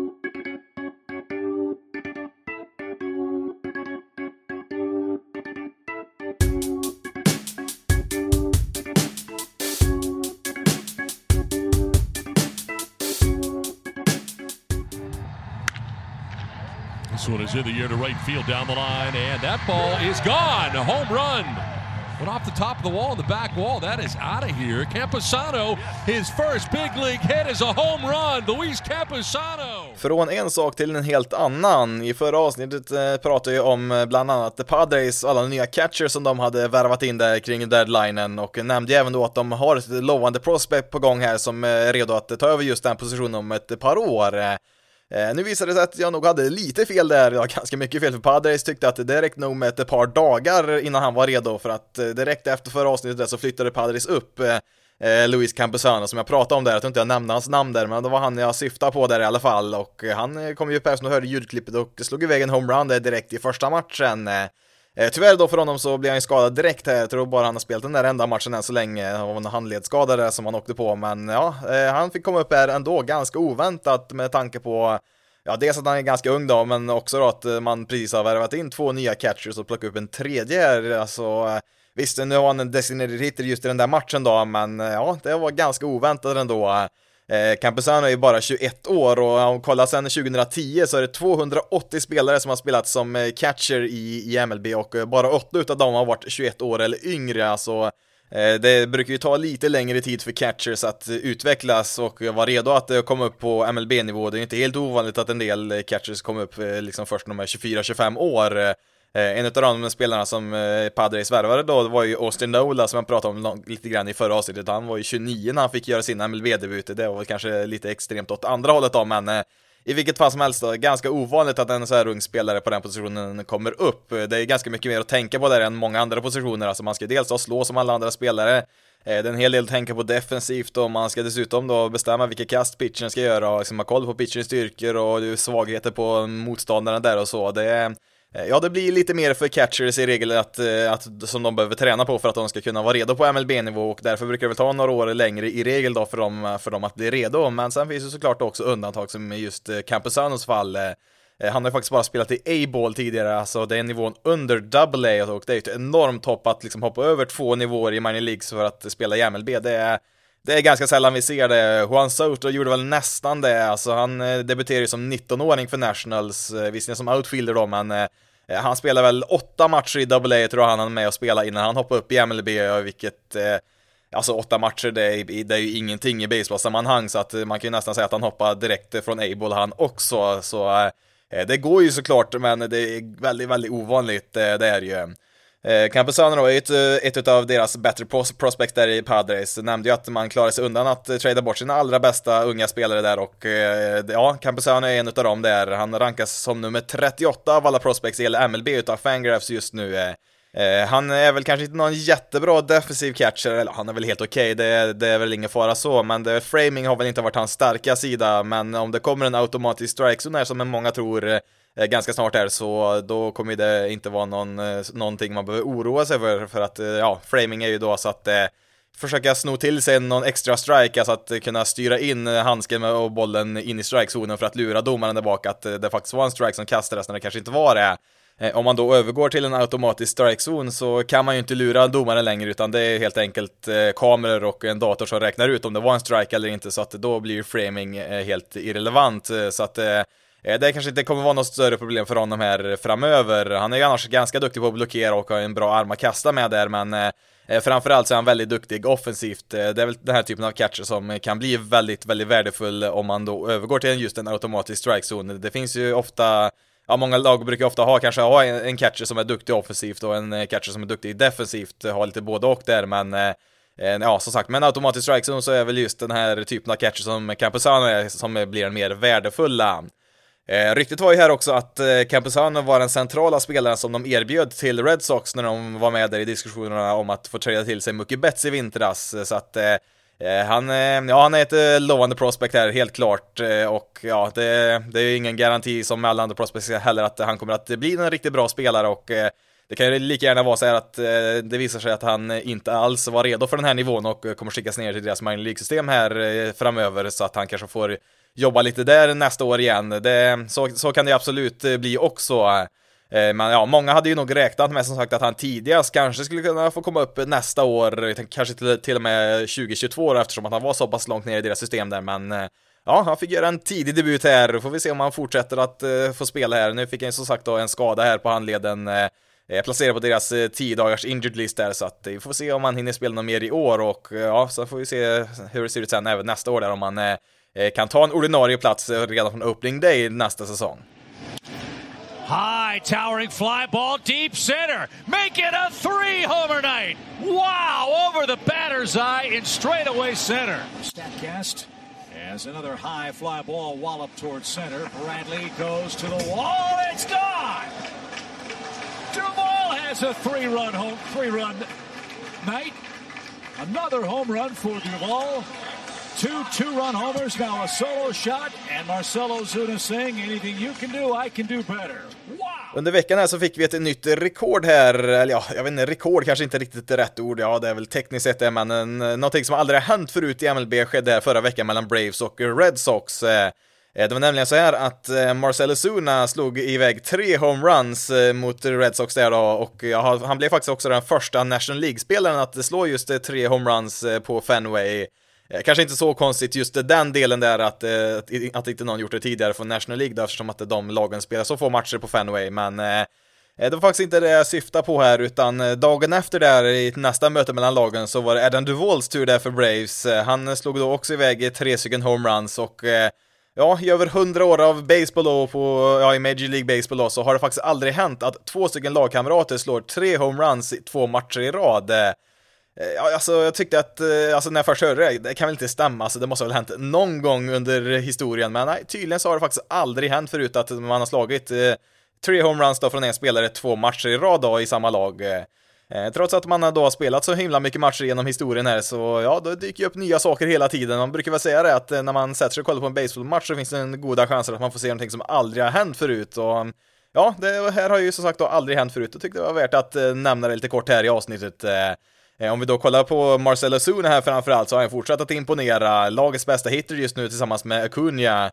This one is in the air to right field down the line, and that ball is gone. A home run. Went off the top of the wall, the back wall. That is out of here. Campusano, his first big league hit is a home run. Luis Campusano. Från en sak till en helt annan. I förra avsnittet pratade jag om bland annat The Padres, alla nya catchers som de hade värvat in där kring deadlinen, och nämnde även då att de har ett lovande prospect på gång här som är redo att ta över just den positionen om ett par år. Nu visade det sig att jag nog hade lite fel där, ja, ganska mycket fel, för Padres tyckte att det räckte nog med ett par dagar innan han var redo, för att direkt efter förra avsnittet där så flyttade Padres upp Luis Campusano som jag pratade om där. Jag tror inte jag nämnde hans namn där, men det var han jag syftade på där i alla fall, och han kom ju upp här som du hörde ljudklippet och slog iväg en homerun där direkt i första matchen. Tyvärr då för honom så blev han skadad direkt här. Jag tror bara han har spelat den där enda matchen än så länge. Det var en handledsskada där som han åkte på. Men ja, han fick komma upp här ändå ganska oväntat med tanke på, ja, dels att han är ganska ung då, men också då att man precis har värvat in 2 nya catchers och plockat upp en tredje här. Alltså, visst, nu har han en designated hitter just i den där matchen då, men ja, det var ganska oväntat ändå. Campusano är ju bara 21 år, och om kollar sen 2010 så är det 280 spelare som har spelat som catcher i MLB, och bara 8 utav dem har varit 21 år eller yngre. Alltså, det brukar ju ta lite längre tid för catchers att utvecklas och vara redo att komma upp på MLB-nivå. Det är ju inte helt ovanligt att en del catchers kommer upp liksom först när de är 24-25 år. En av de spelarna som Padres värvade då var ju Austin Nola, som jag pratade om lite grann i förra avsnittet. Han var ju 29 när han fick göra sin MLB-debut. Det var väl kanske lite extremt åt andra hållet då, men i vilket fall som helst då, ganska ovanligt att en så här ung spelare på den positionen kommer upp. Det är ganska mycket mer att tänka på där än många andra positioner. Alltså man ska dels då slå som alla andra spelare. Det är en hel del att tänka på defensivt, och man ska dessutom då bestämma vilka kast pitchen ska göra och liksom ha koll på pitchens styrkor och svagheter på motståndaren där och så. Det blir lite mer för catchers i regel att som de behöver träna på för att de ska kunna vara redo på MLB-nivå, och därför brukar det väl ta några år längre i regel då för dem att bli redo. Men sen finns det såklart också undantag som just Campusanos fall. Han har ju faktiskt bara spelat i A-ball tidigare, alltså det är nivån under AA, och det är ju ett enormt hopp att liksom hoppa över 2 nivåer i minor leagues för att spela i MLB. Det är ganska sällan vi ser det. Juan Soto gjorde väl nästan det, alltså han debuterade ju som 19-åring för Nationals, visserligen som outfielder då, men han spelade väl 8 matcher i AA tror jag han med och spela innan han hoppade upp i MLB, vilket alltså 8 matcher det är ju ingenting i baseball-sammanhang, så att man kan ju nästan säga att han hoppar direkt från A-ball han också, så det går ju såklart, men det är väldigt, väldigt ovanligt, det är ju. Campusano då är ett av deras bättre prospects där i Padres. Nämnde ju att man klarar sig undan att trada bort sina allra bästa unga spelare där, och ja, Campusano är en av dem där. Han rankas som nummer 38 av alla prospects i hela MLB utav Fangraphs just nu. Han är väl kanske inte någon jättebra defensiv catcher, eller han är väl helt okej, det är väl ingen fara så, men framing har väl inte varit hans starka sida, men om det kommer en automatisk strike zone här som många tror ganska snart här, så då kommer det inte vara någonting man behöver oroa sig för att ja, framing är ju då så att försöka sno till sig någon extra strike, alltså att kunna styra in handsken och bollen in i strikezonen för att lura domaren där bak att det faktiskt var en strike som kastades när det kanske inte var det. Om man då övergår till en automatisk strikezon så kan man ju inte lura domaren längre, utan det är helt enkelt kameror och en dator som räknar ut om det var en strike eller inte, så att då blir framing helt irrelevant, så att det kanske inte kommer vara något större problem för honom här framöver. Han är ju annars ganska duktig på att blockera och har en bra arm att kasta med där, men framförallt så är han väldigt duktig offensivt. Det är väl den här typen av catcher som kan bli väldigt, väldigt värdefull om man då övergår till just en automatisk strikezon. Det finns ju ofta, ja, många lag brukar ofta kanske ha en catcher som är duktig offensivt och en catcher som är duktig defensivt, ha lite både och där, men ja, som sagt, med en automatisk strikezon så är väl just den här typen av catcher som Campusano är som blir en mer värdefulla. Ryktet var ju här också att Campusano var den centrala spelaren som de erbjöd till Red Sox när de var med där i diskussionerna om att få trada till sig Mookie Betts i vintras, så att han är ett lovande prospect här, helt klart, och ja, det är ju ingen garanti som med alla andra prospects heller att han kommer att bli en riktigt bra spelare, och det kan ju lika gärna vara så här att det visar sig att han inte alls var redo för den här nivån och kommer skickas ner till deras minor league-system här framöver, så att han kanske får jobba lite där nästa år igen. Så kan det absolut bli också. Men ja, många hade ju nog räknat med som sagt att han tidigast kanske skulle kunna få komma upp nästa år, kanske till och med 2022, eftersom att han var så pass långt ner i deras system där, men ja, han fick göra en tidig debut här. Får vi se om han fortsätter att få spela här. Nu fick han som sagt då en skada här på handleden, placerad på deras 10 dagars injured list där, så att vi får se om han hinner spela något mer i år, och ja, så får vi se hur det ser ut sen även nästa år där, om han kan ta en ordinarie plats redan från opening day nästa säsong. High towering fly ball deep center. Make it a 3-homer night. Wow, over the batter's eye in straightaway center. Statcast as another high fly ball wallop towards center. Bradley goes to the wall. It's gone. Duvall has a three-run night. Another home run for Duvall. Two-run homers, now a solo shot, and Marcelo Zuna saying, anything you can do, I can do better. Wow! Under veckan här så fick vi ett nytt rekord här, eller ja, jag vet inte, rekord kanske inte riktigt rätt ord, ja det är väl tekniskt sett det, men någonting som aldrig har hänt förut i MLB skedde här förra veckan mellan Braves och Red Sox. Det var nämligen så här att Marcell Ozuna slog iväg 3 home runs mot Red Sox där då, och han blev faktiskt också den första National League-spelaren att slå just 3 home runs på Fenway. Kanske inte så konstigt just den delen där att inte någon gjort det tidigare från National League då, eftersom att de lagen spelar så få matcher på Fenway, men det var faktiskt inte det jag syftade på här, utan dagen efter där i nästa möte mellan lagen så var det Adam Duvalls tur där för Braves. Han slog då också iväg 3 home runs, och ja, i över 100 år av baseball då i Major League Baseball då, så har det faktiskt aldrig hänt att 2 lagkamrater slår 3 home runs i 2 matcher i rad. Ja, alltså jag tyckte att när jag först hörde det kan väl inte stämma, alltså det måste väl ha hänt någon gång under historien, men nej, tydligen så har det faktiskt aldrig hänt förut att man har slagit 3 home runs då från en spelare 2 matcher i rad då i samma lag. Trots att man då har spelat så himla mycket matcher genom historien här, så ja, då dyker upp nya saker hela tiden. Man brukar väl säga det att när man sätter sig och kollar på en baseballmatch så finns det en goda chanser att man får se någonting som aldrig har hänt förut, och ja, det här har ju som sagt då aldrig hänt förut, och tyckte det var värt att nämna det lite kort här i avsnittet. Om vi då kollar på Marcell Ozuna här framförallt, så har han fortsatt att imponera, lagets bästa hitter just nu tillsammans med Acuna.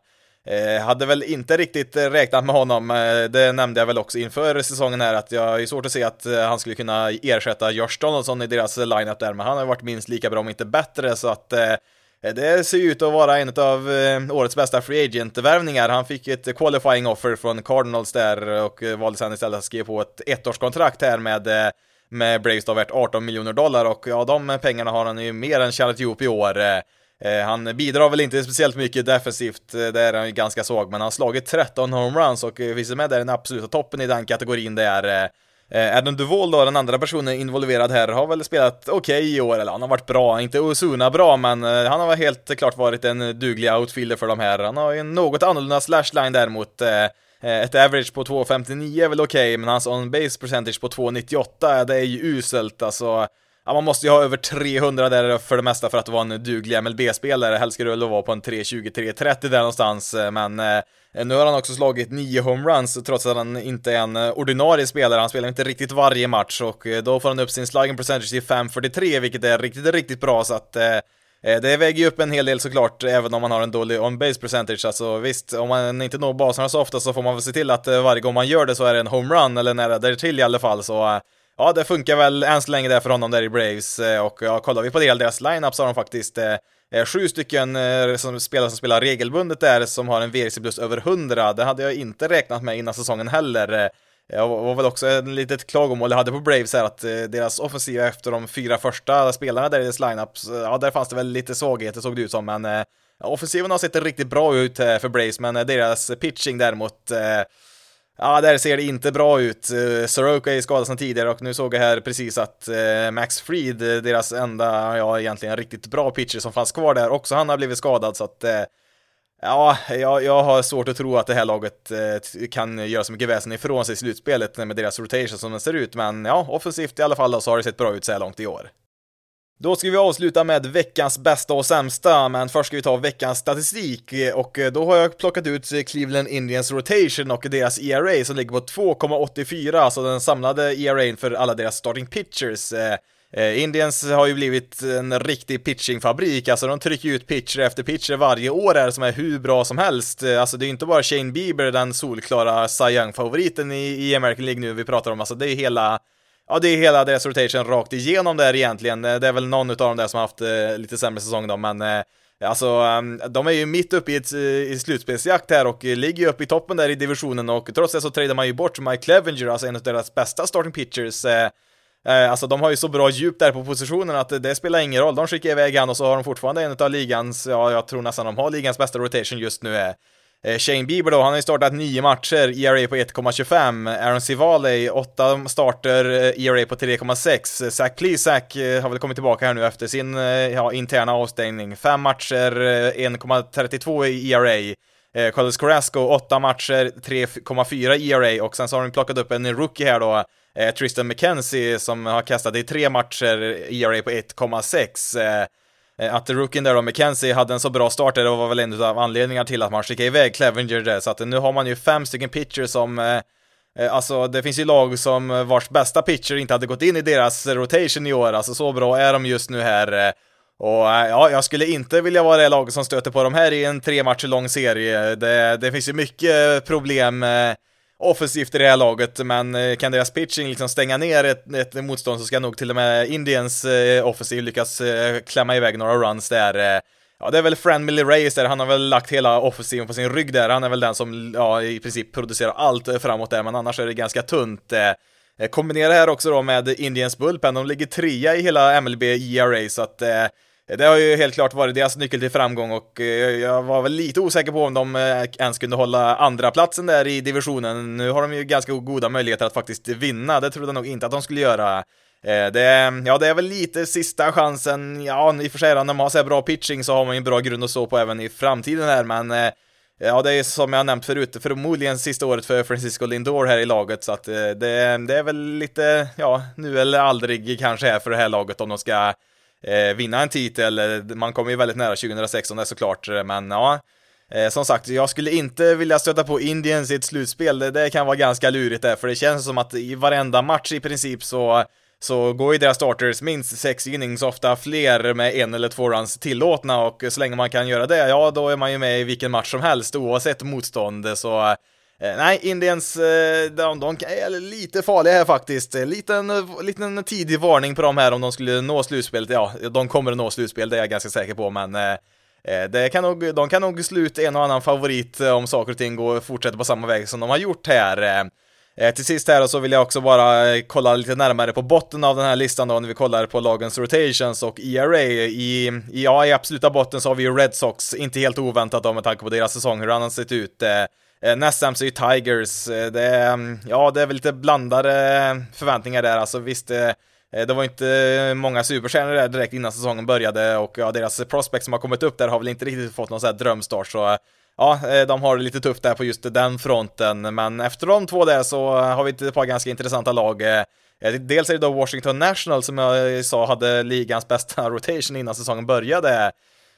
Hade väl inte riktigt räknat med honom, det nämnde jag väl också inför säsongen här, att jag är svårt att se att han skulle kunna ersätta Josh Donaldson i deras lineup där, men han har varit minst lika bra om inte bättre, så att det ser ut att vara en av årets bästa free agent-värvningar. Han fick ett qualifying offer från Cardinals där och valde sen istället att skriva på ett ettårskontrakt här med Braves då värt $18 miljoner, och ja, de pengarna har han ju mer än tjänat ihop i år. Han bidrar väl inte speciellt mycket defensivt, där är han ju ganska svag, men han har slagit 13 homeruns och finns med där den absoluta toppen i den kategorin där. Adam Duvall då, den andra personen involverad här, har väl spelat okej i år, eller han har varit bra, inte Ozuna bra, men han har helt klart varit en duglig outfielder för de här. Han har ju en något annorlunda slashline däremot. Ett average på 2,59 är väl okej, men hans on-base percentage på 2,98, det är ju uselt. Alltså, ja, man måste ju ha över 300 där för det mesta för att vara en duglig MLB-spelare. Helst skulle det väl vara på en 3,20-3,30 där någonstans, men nu har han också slagit 9 homeruns trots att han inte är en ordinarie spelare. Han spelar inte riktigt varje match, och då får han upp sin slugging percentage till 5,43, vilket är riktigt bra, så att det väger ju upp en hel del såklart, även om man har en dålig on-base percentage. Alltså visst, om man inte når baserna så ofta så får man väl se till att varje gång man gör det så är det en homerun, eller nära där till i alla fall, så ja, det funkar väl än så länge där för honom där i Braves. Och ja, kollar vi på deras lineup så har de faktiskt 7 stycken som spelar regelbundet där, som har en VRC plus över 100. Det hade jag inte räknat med innan säsongen heller. Jag var väl också ett litet klagomål jag hade på Braves här, att deras offensiva efter de 4 första spelarna där i deras lineups, ja, där fanns det väl lite svagheter, såg det ut som, men offensiven har sett riktigt bra ut för Braves, men deras pitching däremot, ja, där ser det inte bra ut. Soroka är skadad sedan tidigare, och nu såg jag här precis att Max Fried, deras enda, ja, egentligen riktigt bra pitcher som fanns kvar där, också han har blivit skadad, så att ja, jag har svårt att tro att det här laget kan göra så mycket väsen ifrån sig i slutspelet med deras rotation som den ser ut, men ja, offensivt i alla fall då, så har det sett bra ut så här långt i år. Då ska vi avsluta med veckans bästa och sämsta, men först ska vi ta veckans statistik, och då har jag plockat ut Cleveland Indians rotation och deras ERA som ligger på 2,84, alltså den samlade ERA för alla deras starting pitchers. Indians har ju blivit en riktig pitchingfabrik, alltså de trycker ut pitcher efter pitcher varje år här som är hur bra som helst. Alltså det är ju inte bara Shane Bieber, den solklara Cy Young-favoriten i American League nu vi pratar om, alltså det är hela deras rotation rakt igenom där egentligen. Det är väl någon av dem där som har haft lite sämre säsong då, men alltså de är ju mitt uppe i slutspelsjakt här och ligger ju uppe i toppen där i divisionen, och trots det så tradar man ju bort Mike Clevenger, alltså en av deras bästa starting pitchers. Alltså de har ju så bra djup där på positionen att det spelar ingen roll. De skickar iväg han och så har de fortfarande en av ligans, ja, jag tror nästan de har ligans bästa rotation just nu. Shane Bieber då, han har ju startat 9 matcher, ERA på 1,25. Aaron Civale, 8 starter, ERA på 3,6. Zach Plesac har väl kommit tillbaka här nu efter sin interna avstängning. 5 matcher, 1,32 i ERA. Carlos Carrasco, 8 matcher, 3,4 ERA. Och sen så har de plockat upp en rookie här då, Tristan McKenzie, som har kastat i 3 matcher, ERA på 1,6. Att rookien där då, McKenzie, hade en så bra start, det var väl en av anledningarna till att man skickade iväg Clevenger där. Så att nu har man ju 5 stycken pitchers som alltså det finns ju lag som vars bästa pitcher inte hade gått in i deras rotation i år. Alltså så bra är de just nu här. Och ja, jag skulle inte vilja vara det laget som stöter på de här i en 3 matcher lång serie. Det finns ju mycket problem offensivt i det här laget, men kan deras pitching liksom stänga ner ett motstånd, så ska nog till och med Indians offensiv lyckas klämma iväg några runs där. Ja, det är väl Franmil Reyes där, han har väl lagt hela offensiven på sin rygg där. Han är väl den som i princip producerar allt framåt där, men annars är det ganska tunt. Kombinera här också då med Indians bullpen, de ligger 3 i hela MLB ERA, så att det har ju helt klart varit deras nyckel till framgång, och jag var väl lite osäker på om de ens kunde hålla andra platsen där i divisionen. Nu har de ju ganska goda möjligheter att faktiskt vinna, det trodde jag nog inte att de skulle göra. Det är väl lite sista chansen, ja, i och för sig när man har så här bra pitching så har man ju en bra grund att stå på även i framtiden här, men ja, det är som jag nämnt förut, förmodligen sista året för Francisco Lindor här i laget, så att det är väl lite, ja, nu eller aldrig kanske här för det här laget om de ska vinna en titel. Man kommer ju väldigt nära 2016 där såklart, men ja, som sagt, jag skulle inte vilja stöta på Indians i ett slutspel. Det kan vara ganska lurigt där, för det känns som att i varenda match i princip så så går ju deras starters minst 6 innings, ofta fler med 1 eller 2 runs tillåtna, och så länge man kan göra det, ja då är man ju med i vilken match som helst oavsett motstånd. Så nej, Indians de är lite farliga här faktiskt. Liten tidig varning på dem här om de skulle nå slutspelet. Ja, de kommer att nå slutspel, det är jag ganska säker på, men de kan nog sluta en och annan favorit om saker och ting fortsätter på samma väg som de har gjort här. Till sist här så vill jag också bara kolla lite närmare på botten av den här listan då, när vi kollar på lagens rotations och ERA. I absoluta botten så har vi ju Red Sox, inte helt oväntat då med tanke på deras säsong, hur han har sett ut. Näst sämst är ju Tigers. Det är väl lite blandade förväntningar där, alltså visst. Det var inte många superstjärnor där direkt innan säsongen började, och deras prospects som har kommit upp där har väl inte riktigt fått någon sån här drömstart, så ja, de har det lite tufft där på just den fronten. Men efter de två där så har vi ett par ganska intressanta lag. Dels är det då Washington Nationals som jag sa hade ligans bästa rotation innan säsongen började.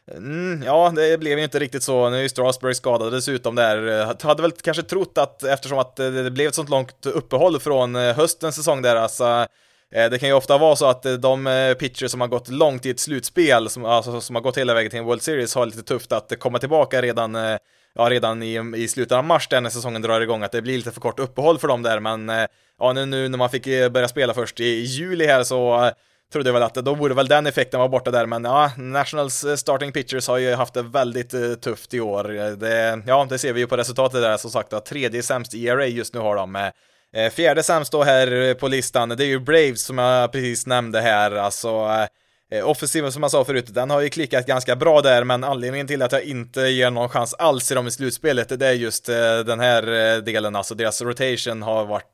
Ja, det blev ju inte riktigt så. Nu är ju Strasburg skadad dessutom där. Jag hade väl kanske trott att eftersom att det blev ett sånt långt uppehåll från höstens säsong där, alltså det kan ju ofta vara så att de pitchers som har gått långt i ett slutspel, som har gått hela vägen till en World Series, har lite tufft att komma tillbaka redan i slutet av mars när säsongen drar igång, att det blir lite för kort uppehåll för dem där. Men nu när man fick börja spela först i juli här, så trodde jag väl att då borde väl den effekten vara borta där. Men ja, Nationals starting pitchers har ju haft det väldigt tufft i år. Det ser vi ju på resultatet där, som sagt, att 3:e sämst ERA just nu har de. 4:e sämst då här på listan, det är ju Braves som jag precis nämnde här. Alltså offensiven som jag sa förut, den har ju klickat ganska bra där, men anledningen till att jag inte ger någon chans alls i dem i slutspelet, det är just den här delen. Alltså deras rotation har varit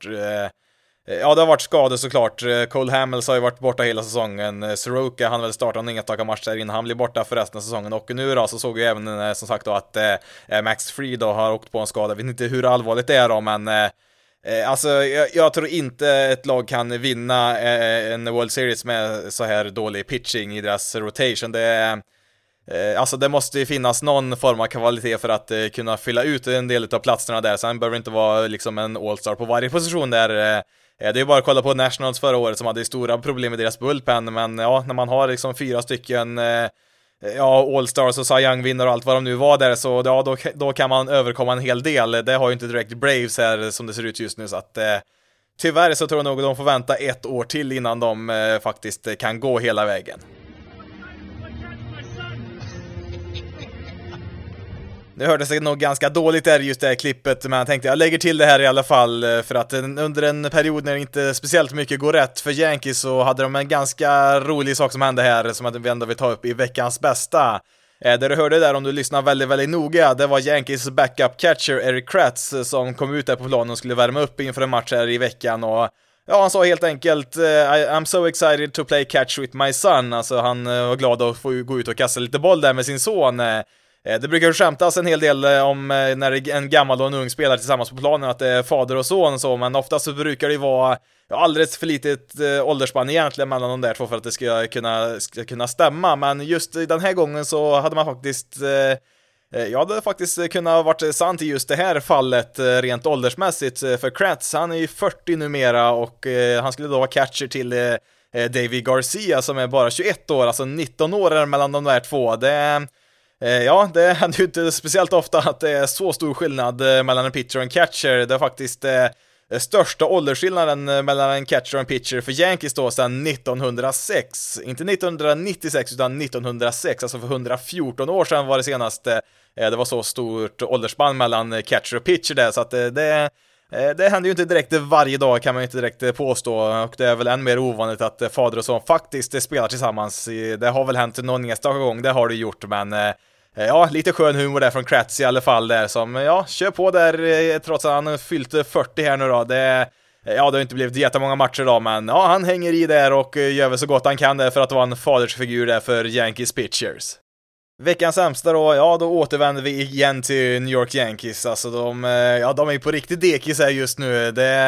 det har varit skador såklart. Cole Hamels har ju varit borta hela säsongen. Soroka, han väl startat inga taka matcher innan han blir borta för resten av säsongen. Och nu då så såg vi även som sagt då att Max Fried då har åkt på en skada. Jag vet inte hur allvarligt det är då, men alltså jag tror inte ett lag kan vinna en World Series med så här dålig pitching i deras rotation. Alltså det måste ju finnas någon form av kvalitet för att kunna fylla ut en del av platserna där. Sen behöver det inte vara liksom en all-star på varje position där. Det är ju bara att kolla på Nationals förra året som hade stora problem med deras bullpen. Men ja, när man har liksom 4 stycken All-Stars och Cy Young-vinnare och allt vad de nu var där, så då kan man överkomma en hel del. Det har ju inte direkt Braves här som det ser ut just nu, så att tyvärr så tror jag nog att de får vänta 1 år till innan de faktiskt kan gå hela vägen. Nu hördes det nog ganska dåligt där just det här klippet, men jag tänkte jag lägger till det här i alla fall, för att under en period när inte speciellt mycket går rätt för Yankees så hade de en ganska rolig sak som hände här som vi ändå vill ta upp i veckans bästa. Det du hörde där, om du lyssnar väldigt, väldigt noga, det var Yankees backup catcher Eric Kratz som kom ut där på planen och skulle värma upp inför en match här i veckan, och ja, han sa helt enkelt I'm so excited to play catch with my son. Alltså han var glad att få gå ut och kasta lite boll där med sin son. Det brukar skämtas en hel del om när en gammal och en ung spelar tillsammans på planen att det är fader och son så, men oftast så brukar det vara alldeles för litet åldersspann egentligen mellan de där två för att det ska kunna stämma. Men just den här gången så hade man faktiskt det hade faktiskt kunnat varit sant i just det här fallet rent åldersmässigt, för Kratz, han är ju 40 numera och han skulle då vara catcher till Deivi Garcia som är bara 21 år, alltså 19 år mellan de där två. Det händer ju inte speciellt ofta att det är så stor skillnad mellan en pitcher och en catcher. Det är faktiskt största åldersskillnaden mellan en catcher och en pitcher för Yankees då sedan 1906. Inte 1996 utan 1906, alltså för 114 år sedan var det senaste. Det var så stort åldersspann mellan catcher och pitcher där, så att det händer ju inte direkt varje dag, kan man ju inte direkt påstå, och det är väl än mer ovanligt att fader och son faktiskt spelar tillsammans. Det har väl hänt någon enstaka gång, det har det gjort, men lite skön humor där från Kratz i alla fall där, som kör på där trots att han fyllt 40 här nu då. Det har inte blivit jättemånga matcher idag, men han hänger i där och gör väl så gott han kan där för att vara en fadersfigur där för Yankees pitchers. Veckans sämsta då återvänder vi igen till New York Yankees. Alltså de är ju på riktigt dekis här just nu.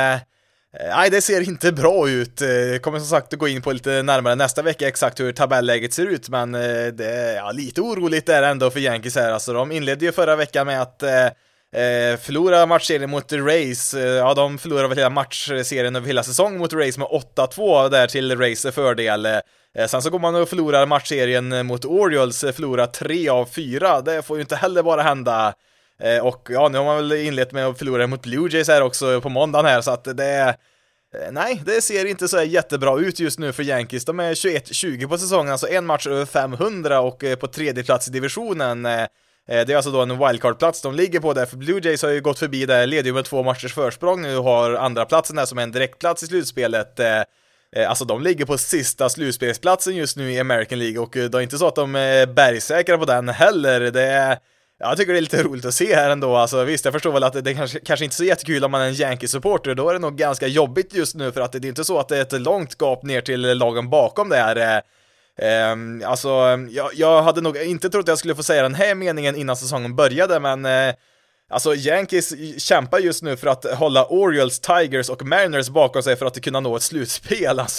Det ser inte bra ut. Jag kommer som sagt att gå in på lite närmare nästa vecka exakt hur tabelläget ser ut, men det är lite oroligt där ändå för Yankees här. Alltså de inledde ju förra veckan med att Förlorade matchserien mot Rays. Ja, de förlorade väl hela matchserien över hela säsongen mot Rays med 8-2 där till Rays fördel. Sen så går man och förlorar matchserien mot Orioles, förlorar 3 av 4. Det får ju inte heller bara hända. Och ja, nu har man väl inlett med att förlora mot Blue Jays här också på måndagen här, så att nej, det ser inte så jättebra ut just nu för Yankees. De är 21-20 på säsongen, alltså en match över 500 och på tredje plats i divisionen. Det är alltså då en wildcard-plats de ligger på där, för Blue Jays har ju gått förbi där, leder ju med 2 matchers försprång nu, har andra platsen där som är en direktplats i slutspelet. Alltså de ligger på sista slutspelsplatsen just nu i American League, och det är inte så att de är bergsäkra på den heller. Jag tycker det är lite roligt att se här ändå. Alltså visst, jag förstår väl att det kanske inte är så jättekul om man är en Yankees-supporter. Då är det nog ganska jobbigt just nu, för att det är inte så att det är ett långt gap ner till lagen bakom det här. Alltså, jag hade nog inte trott att jag skulle få säga den här meningen innan säsongen började, men alltså Yankees kämpar just nu för att hålla Orioles, Tigers och Mariners bakom sig för att kunna nå ett slutspel. Alltså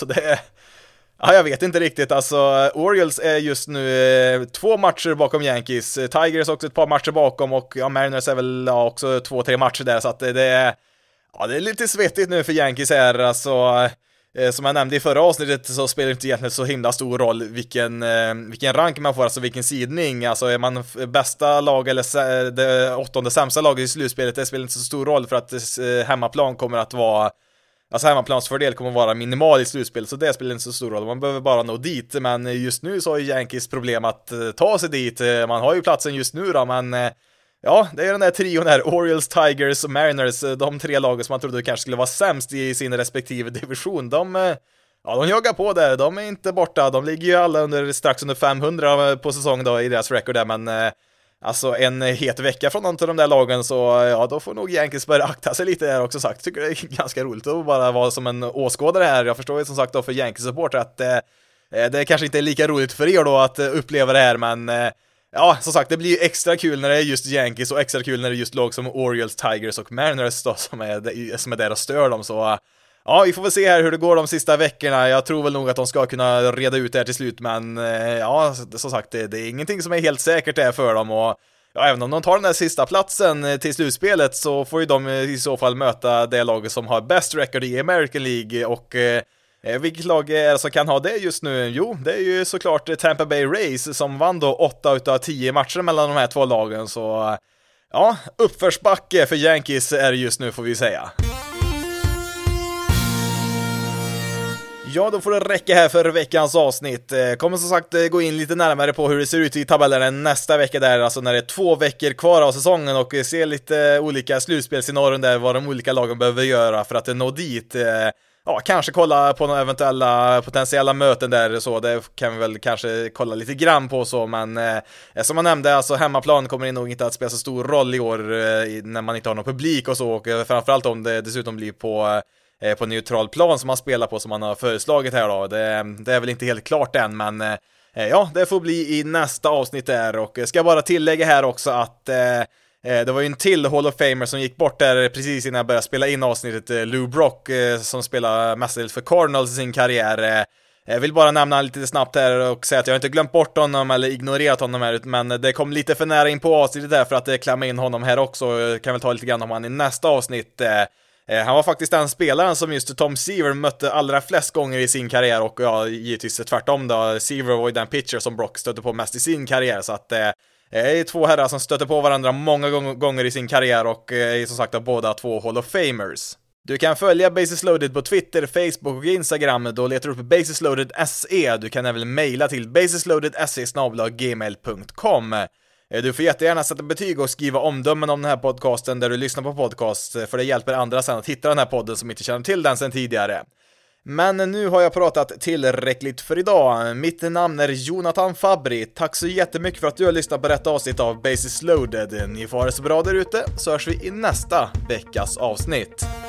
ja, jag vet inte riktigt. Alltså, Orioles är just nu 2 matcher bakom Yankees. Tigers också ett par matcher bakom, och ja, Mariners är väl också 2-3 matcher där. Så att det är lite svettigt nu för Yankees här. Alltså, som jag nämnde i förra avsnittet så spelar det inte egentligen så himla stor roll vilken rank man får, alltså vilken sidning. Alltså är man bästa lag eller det 8:e sämsta laget i slutspelet, det spelar inte så stor roll, för att hemmaplan kommer att vara, alltså hemmaplansfördel kommer att vara minimal i slutspel, så det spelar inte så stor roll. Man behöver bara nå dit, men just nu så har ju Yankees problem att ta sig dit. Man har ju platsen just nu då, men ja, det är den där trion där, Orioles, Tigers och Mariners, de 3 lagen som man trodde kanske skulle vara sämst i sin respektive division. De jagar på där, de är inte borta. De ligger ju alla strax under 500 på säsong då i deras record där, men alltså en het vecka från någon av de där lagen, så ja, då får nog Yankees börja akta sig lite där också sagt. Tycker det är ganska roligt att bara vara som en åskådare här. Jag förstår ju som sagt då för Yankees-supporter att det kanske inte är lika roligt för er då att uppleva det här, men ja, som sagt, det blir ju extra kul när det är just Yankees, och extra kul när det är just lag som Orioles, Tigers och Mariners då, som är där och stör dem. Så ja, vi får väl se här hur det går de sista veckorna. Jag tror väl nog att de ska kunna reda ut det här till slut, men ja, som sagt, det är ingenting som är helt säkert där för dem. Och ja, även om de tar den där sista platsen till slutspelet, så får ju de i så fall möta det laget som har best record i American League. Och vilket lag är det som kan ha det just nu? Jo, det är ju såklart Tampa Bay Rays, som vann då 8 utav 10 matcher mellan de här 2 lagen. Så ja, uppförsbacke för Yankees är det just nu, får vi säga. Ja, då får det räcka här för veckans avsnitt. Kommer som sagt gå in lite närmare på hur det ser ut i tabellen nästa vecka där, alltså när det är 2 veckor kvar av säsongen, och se lite olika slutspelsscenarion där, vad de olika lagen behöver göra för att nå dit. Ja, kanske kolla på några eventuella potentiella möten där, så det kan vi väl kanske kolla lite grann på så, men som man nämnde, alltså hemmaplan kommer nog inte att spela så stor roll i år när man inte har någon publik och så, och framförallt om det dessutom blir på neutral plan som man spelar på, som man har föreslagit här då. Det är väl inte helt klart än, men ja, det får bli i nästa avsnitt där. Och jag ska bara tillägga här också att det var ju en till Hall of Famer som gick bort där precis innan jag började spela in avsnittet, Lou Brock, som spelar mestadels för Cardinals i sin karriär. Jag vill bara nämna lite snabbt här och säga att jag inte glömt bort honom eller ignorerat honom här, men det kom lite för nära in på avsnittet där för att klämma in honom här också. Jag kan väl ta lite grann om han i nästa avsnitt. Han var faktiskt den spelaren som just Tom Seaver mötte allra flest gånger i sin karriär, och ja, givetvis tvärtom då. Seaver var ju den pitcher som Brock stötte på mest i sin karriär, så att det är 2 herrar som stöter på varandra många gånger i sin karriär, och som sagt båda 2 Hall of Famers. Du kan följa Bases Loaded på Twitter, Facebook och Instagram. Då letar du upp basesloaded.se. Du kan även mejla till basesloaded.se@gmail.com. Du får jättegärna sätta betyg och skriva omdömen om den här podcasten där du lyssnar på podcast, för det hjälper andra sen att hitta den här podden som inte känner till den sen tidigare. Men nu har jag pratat tillräckligt för idag. Mitt namn är Jonathan Fabri. Tack så jättemycket för att du har lyssnat på detta avsnitt av Bases Loaded. Ni får ha det så bra där ute, så hörs vi i nästa veckas avsnitt.